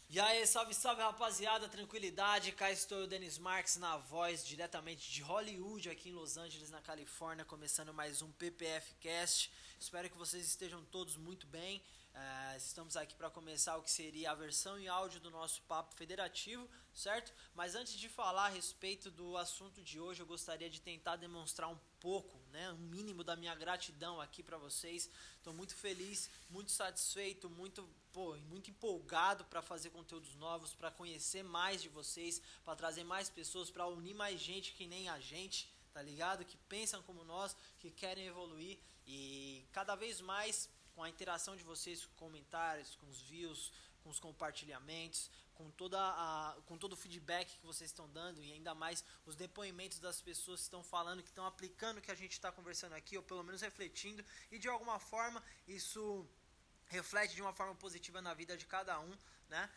E aí, salve, salve rapaziada, tranquilidade, cá estou eu, Denis Marques, na voz, diretamente de Hollywood, aqui em Los Angeles, na Califórnia, começando mais um PPF Cast. Espero que vocês estejam todos muito bem. Estamos aqui para começar o que seria a versão em áudio do nosso papo federativo, certo? Mas antes de falar a respeito do assunto de hoje, eu gostaria de tentar demonstrar um pouco, né, um mínimo da minha gratidão aqui para vocês. Estou muito feliz, muito satisfeito, muito empolgado para fazer conteúdos novos, para conhecer mais de vocês, para trazer mais pessoas, para unir mais gente que nem a gente, tá ligado? Que pensam como nós, que querem evoluir e cada vez mais com a interação de vocês, com comentários, com os views, com os compartilhamentos, com todo o feedback que vocês estão dando e ainda mais os depoimentos das pessoas que estão falando, que estão aplicando o que a gente está conversando aqui, ou pelo menos refletindo, e de alguma forma isso reflete de uma forma positiva na vida de cada um, né?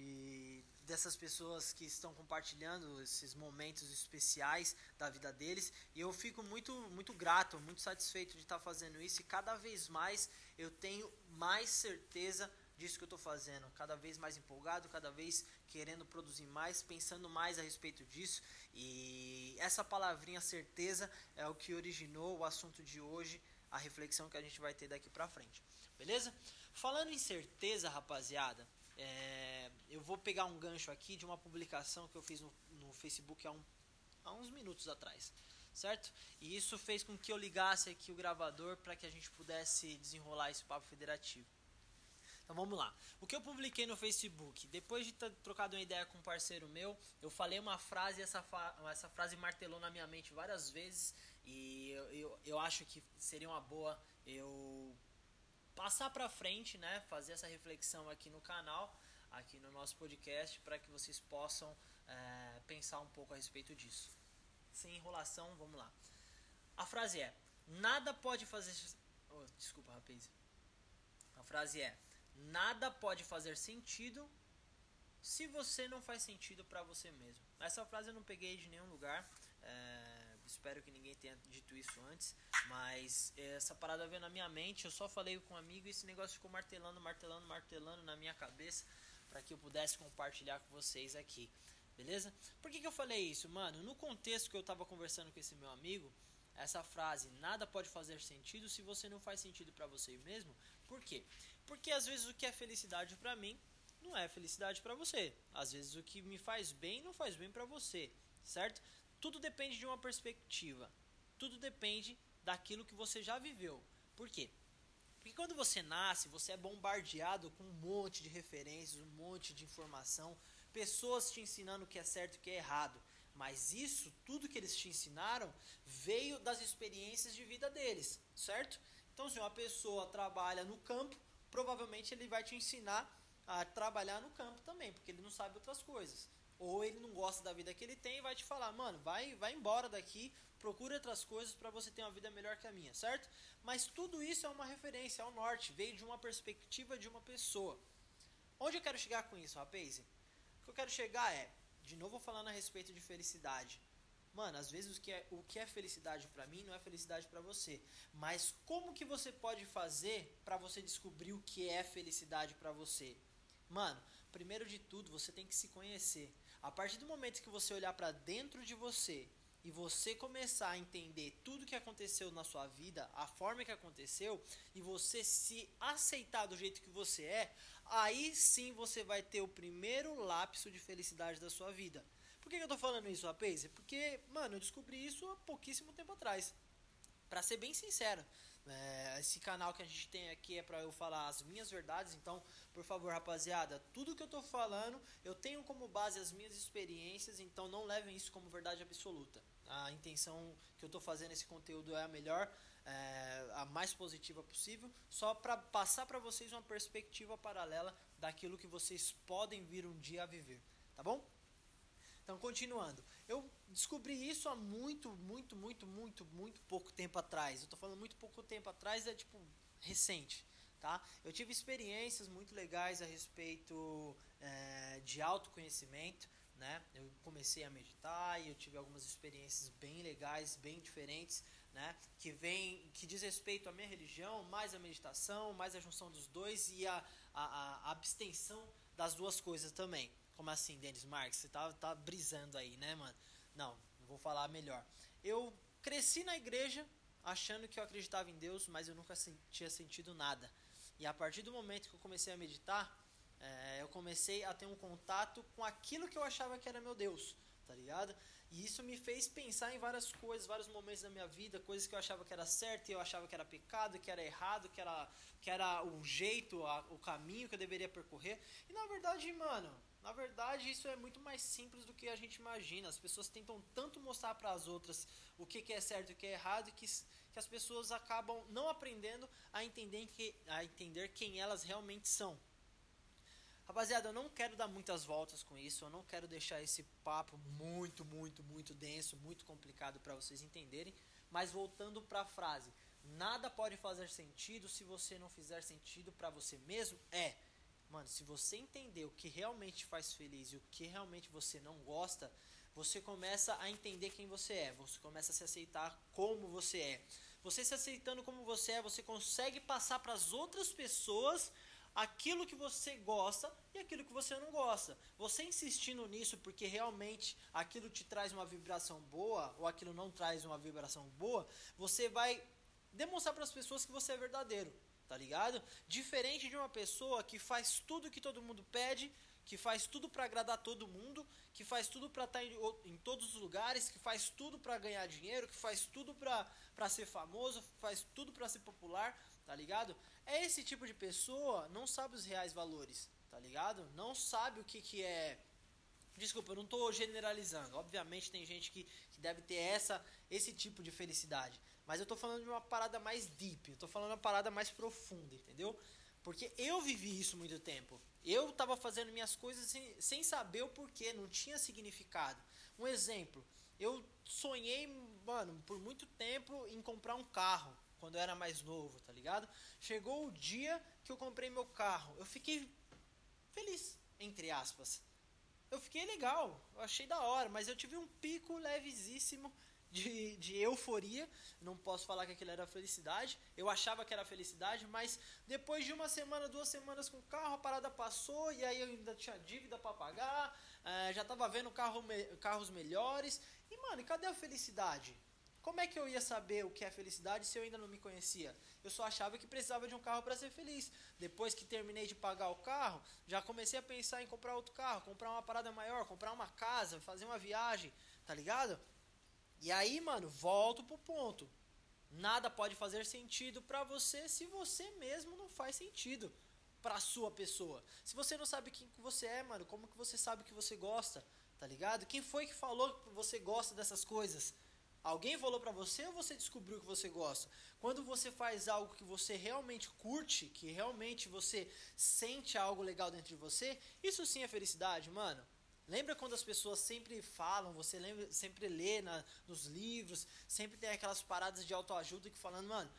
Dessas pessoas que estão compartilhando esses momentos especiais da vida deles, e eu fico muito grato, muito satisfeito de estar fazendo isso, e cada vez mais eu tenho mais certeza disso que eu estou fazendo, cada vez mais empolgado, cada vez querendo produzir mais, pensando mais a respeito disso, e essa palavrinha certeza é o que originou o assunto de hoje, a reflexão que a gente vai ter daqui pra frente, beleza? Falando em certeza, rapaziada, eu vou pegar um gancho aqui de uma publicação que eu fiz no Facebook há uns minutos atrás, certo? E isso fez com que eu ligasse aqui o gravador para que a gente pudesse desenrolar esse papo federativo. Então vamos lá. O que eu publiquei no Facebook? Depois de ter trocado uma ideia com um parceiro meu, eu falei uma frase e essa frase martelou na minha mente várias vezes. E eu acho que seria uma boa eu passar pra frente, né? Fazer essa reflexão aqui no canal, aqui no nosso podcast, para que vocês possam pensar um pouco a respeito disso. Sem enrolação, vamos lá. A frase é: nada pode fazer... Oh, desculpa, rapaz. A frase é: nada pode fazer sentido se você não faz sentido para você mesmo. Essa frase eu não peguei de nenhum lugar, espero que ninguém tenha dito isso antes, mas essa parada veio na minha mente, eu só falei com um amigo e esse negócio ficou martelando na minha cabeça para que eu pudesse compartilhar com vocês aqui, beleza? Por que eu falei isso, mano? No contexto que eu tava conversando com esse meu amigo, essa frase, nada pode fazer sentido se você não faz sentido para você mesmo. Por quê? Porque às vezes o que é felicidade para mim não é felicidade para você. Às vezes o que me faz bem não faz bem para você, certo? Tudo depende de uma perspectiva. Tudo depende daquilo que você já viveu. Por quê? Porque quando você nasce, você é bombardeado com um monte de referências, um monte de informação, pessoas te ensinando o que é certo e o que é errado. Mas isso, tudo que eles te ensinaram, veio das experiências de vida deles, certo? Então, se uma pessoa trabalha no campo, provavelmente ele vai te ensinar a trabalhar no campo também, porque ele não sabe outras coisas. Ou ele não gosta da vida que ele tem e vai te falar, mano, vai embora daqui, procura outras coisas para você ter uma vida melhor que a minha, certo? Mas tudo isso é uma referência, é um norte, veio de uma perspectiva de uma pessoa. Onde eu quero chegar com isso, rapaz? O que eu quero chegar é, de novo falando a respeito de felicidade. Mano, às vezes o que é felicidade pra mim não é felicidade pra você. Mas como que você pode fazer pra você descobrir o que é felicidade pra você? Mano, primeiro de tudo, você tem que se conhecer. A partir do momento que você olhar pra dentro de você e você começar a entender tudo que aconteceu na sua vida, a forma que aconteceu, e você se aceitar do jeito que você é, aí sim você vai ter o primeiro lapso de felicidade da sua vida. Por que eu tô falando isso, rapaz? Porque, mano, eu descobri isso há pouquíssimo tempo atrás. Pra ser bem sincero, esse canal que a gente tem aqui é pra eu falar as minhas verdades, então, por favor, rapaziada, tudo que eu tô falando, eu tenho como base as minhas experiências, então não levem isso como verdade absoluta. A intenção que eu tô fazendo esse conteúdo é a melhor, a mais positiva possível, só pra passar pra vocês uma perspectiva paralela daquilo que vocês podem vir um dia a viver, tá bom? Então, continuando, eu descobri isso há muito pouco tempo atrás. Eu tô falando muito pouco tempo atrás, é tipo recente, tá? Eu tive experiências muito legais a respeito de autoconhecimento, né? Eu comecei a meditar e eu tive algumas experiências bem legais, bem diferentes, né? Que diz respeito à minha religião, mais a meditação, mais a junção dos dois e a abstenção das duas coisas também. Como assim, Denis Marques? Você tá brisando aí, né, mano? Não, vou falar melhor. Eu cresci na igreja achando que eu acreditava em Deus, mas eu nunca tinha sentido nada. E a partir do momento que eu comecei a meditar, eu comecei a ter um contato com aquilo que eu achava que era meu Deus, tá ligado? E isso me fez pensar em várias coisas, vários momentos da minha vida, coisas que eu achava que era certo e eu achava que era pecado, que era errado, que era o jeito, o caminho que eu deveria percorrer. E na verdade, mano, isso é muito mais simples do que a gente imagina. As pessoas tentam tanto mostrar para as outras o que é certo e o que é errado que as pessoas acabam não aprendendo a entender quem elas realmente são. Rapaziada, eu não quero dar muitas voltas com isso, eu não quero deixar esse papo muito denso, muito complicado para vocês entenderem, mas voltando para a frase, nada pode fazer sentido se você não fizer sentido para você mesmo, mano, se você entender o que realmente faz feliz e o que realmente você não gosta, você começa a entender quem você é, você começa a se aceitar como você é. Você se aceitando como você é, você consegue passar para as outras pessoas aquilo que você gosta e aquilo que você não gosta. Você insistindo nisso porque realmente aquilo te traz uma vibração boa ou aquilo não traz uma vibração boa, você vai demonstrar para as pessoas que você é verdadeiro, tá ligado? Diferente de uma pessoa que faz tudo que todo mundo pede, que faz tudo para agradar todo mundo, que faz tudo para estar em todos os lugares, que faz tudo para ganhar dinheiro, que faz tudo para ser famoso, faz tudo para ser popular, tá ligado? Esse tipo de pessoa não sabe os reais valores, tá ligado? Não sabe o que é... Desculpa, eu não tô generalizando. Obviamente tem gente que deve ter esse tipo de felicidade. Mas eu tô falando de uma parada mais deep, eu tô falando de uma parada mais profunda, entendeu? Porque eu vivi isso muito tempo. Eu tava fazendo minhas coisas sem saber o porquê, não tinha significado. Um exemplo, eu sonhei, mano, por muito tempo em comprar um carro, quando eu era mais novo, tá ligado? Chegou o dia que eu comprei meu carro, eu fiquei feliz, entre aspas. Eu fiquei legal, eu achei da hora, mas eu tive um pico levezíssimo de euforia. Não posso falar que aquilo era felicidade, eu achava que era felicidade, mas depois de uma semana, 2 semanas com o carro, a parada passou e aí eu ainda tinha dívida para pagar, já tava vendo carros melhores, e mano, cadê a felicidade? Como é que eu ia saber o que é felicidade se eu ainda não me conhecia? Eu só achava que precisava de um carro para ser feliz. Depois que terminei de pagar o carro, já comecei a pensar em comprar outro carro, comprar uma parada maior, comprar uma casa, fazer uma viagem, tá ligado? E aí, mano, volto pro ponto. Nada pode fazer sentido pra você se você mesmo não faz sentido pra sua pessoa. Se você não sabe quem que você é, mano, como que você sabe o que você gosta, tá ligado? Quem foi que falou que você gosta dessas coisas? Alguém falou pra você ou você descobriu que você gosta? Quando você faz algo que você realmente curte, que realmente você sente algo legal dentro de você, isso sim é felicidade, mano. Lembra quando as pessoas sempre falam, sempre lê nos livros, sempre tem aquelas paradas de autoajuda que falando, mano,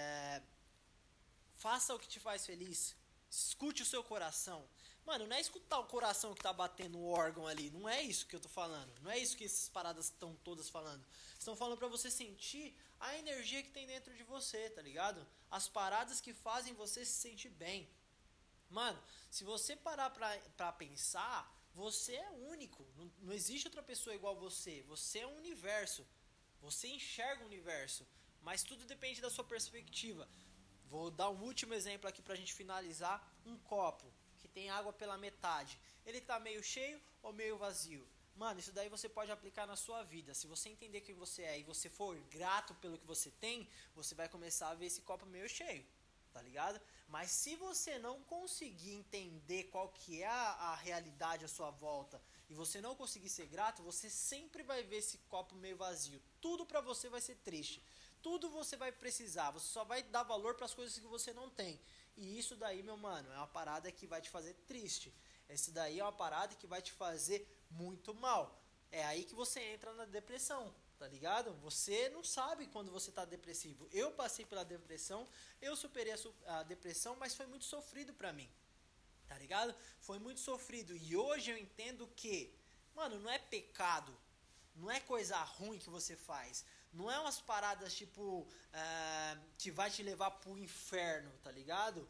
faça o que te faz feliz, escute o seu coração. Mano, não é escutar o coração que tá batendo o órgão ali, não é isso que eu tô falando, não é isso que essas paradas estão todas falando. Estão falando pra você sentir a energia que tem dentro de você, tá ligado? As paradas que fazem você se sentir bem. Mano, se você parar pra pensar, você é único, não existe outra pessoa igual a você, você é um universo, você enxerga o universo, mas tudo depende da sua perspectiva. Vou dar um último exemplo aqui pra gente finalizar, um copo que tem água pela metade, ele tá meio cheio ou meio vazio? Mano, isso daí você pode aplicar na sua vida. Se você entender quem você é e você for grato pelo que você tem, você vai começar a ver esse copo meio cheio, tá ligado? Mas se você não conseguir entender qual que é a realidade à sua volta e você não conseguir ser grato, você sempre vai ver esse copo meio vazio. Tudo pra você vai ser triste. Tudo você vai precisar. Você só vai dar valor para as coisas que você não tem. E isso daí, meu mano, é uma parada que vai te fazer triste. Esse daí é uma parada que vai te fazer muito mal. É aí que você entra na depressão, tá ligado? Você não sabe quando você tá depressivo. Eu passei pela depressão, eu superei a depressão, mas foi muito sofrido pra mim, tá ligado? Foi muito sofrido. E hoje eu entendo que, mano, não é pecado, não é coisa ruim que você faz. Não é umas paradas tipo que vai te levar pro inferno, tá ligado?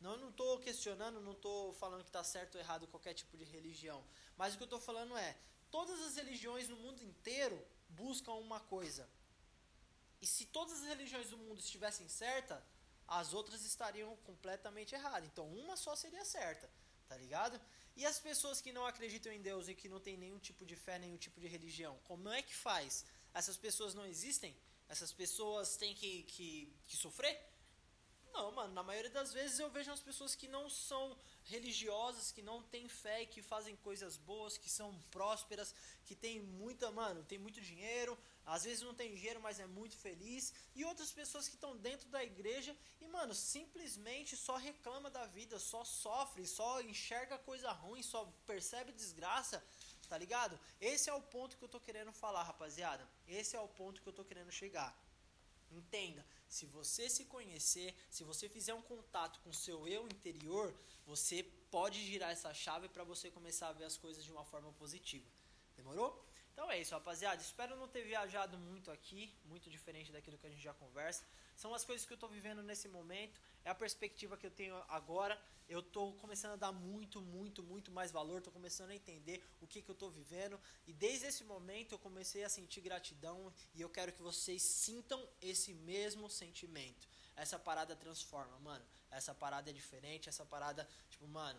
Não estou questionando, não estou falando que está certo ou errado qualquer tipo de religião. Mas o que eu estou falando é, todas as religiões no mundo inteiro buscam uma coisa. E se todas as religiões do mundo estivessem certas, as outras estariam completamente erradas. Então uma só seria certa, tá ligado? E as pessoas que não acreditam em Deus e que não tem nenhum tipo de fé, nenhum tipo de religião, como é que faz? Essas pessoas não existem? Essas pessoas têm que sofrer? Não, mano, na maioria das vezes eu vejo as pessoas que não são religiosas, que não têm fé e que fazem coisas boas, que são prósperas, que tem muita, mano, tem muito dinheiro, às vezes não tem dinheiro, mas é muito feliz, e outras pessoas que estão dentro da igreja e, mano, simplesmente só reclama da vida, só sofre, só enxerga coisa ruim, só percebe desgraça, tá ligado? Esse é o ponto que eu tô querendo falar, rapaziada. Esse é o ponto que eu tô querendo chegar. Entenda, se você se conhecer, se você fizer um contato com o seu eu interior, você pode girar essa chave para você começar a ver as coisas de uma forma positiva. Demorou? Então é isso, rapaziada. Espero não ter viajado muito aqui, muito diferente daquilo que a gente já conversa. São as coisas que eu estou vivendo nesse momento, é a perspectiva que eu tenho agora. Eu estou começando a dar muito mais valor, estou começando a entender o que eu estou vivendo. E desde esse momento eu comecei a sentir gratidão e eu quero que vocês sintam esse mesmo sentimento. Essa parada transforma, mano. Essa parada é diferente, essa parada, tipo, mano,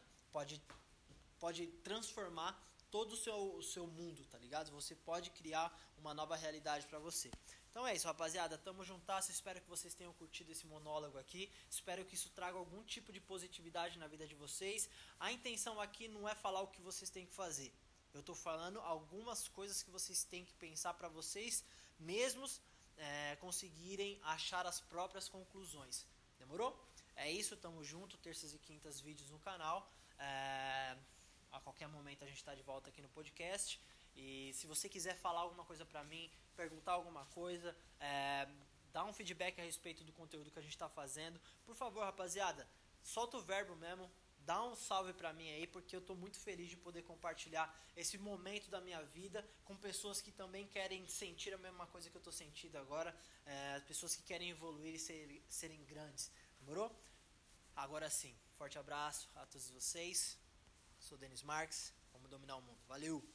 pode transformar todo o seu mundo, tá ligado? Você pode criar uma nova realidade pra você. Então é isso, rapaziada. Tamo juntas. Espero que vocês tenham curtido esse monólogo aqui. Espero que isso traga algum tipo de positividade na vida de vocês. A intenção aqui não é falar o que vocês têm que fazer. Eu tô falando algumas coisas que vocês têm que pensar pra vocês mesmos conseguirem achar as próprias conclusões. Demorou? É isso, tamo junto. Terças e quintas vídeos no canal. A qualquer momento a gente está de volta aqui no podcast. E se você quiser falar alguma coisa pra mim, perguntar alguma coisa, dar um feedback a respeito do conteúdo que a gente está fazendo, por favor, rapaziada, solta o verbo mesmo, dá um salve pra mim aí, porque eu tô muito feliz de poder compartilhar esse momento da minha vida com pessoas que também querem sentir a mesma coisa que eu tô sentindo agora, pessoas que querem evoluir e serem grandes, demorou? Agora sim, forte abraço a todos vocês. Sou Denis Marques, vamos dominar o mundo. Valeu!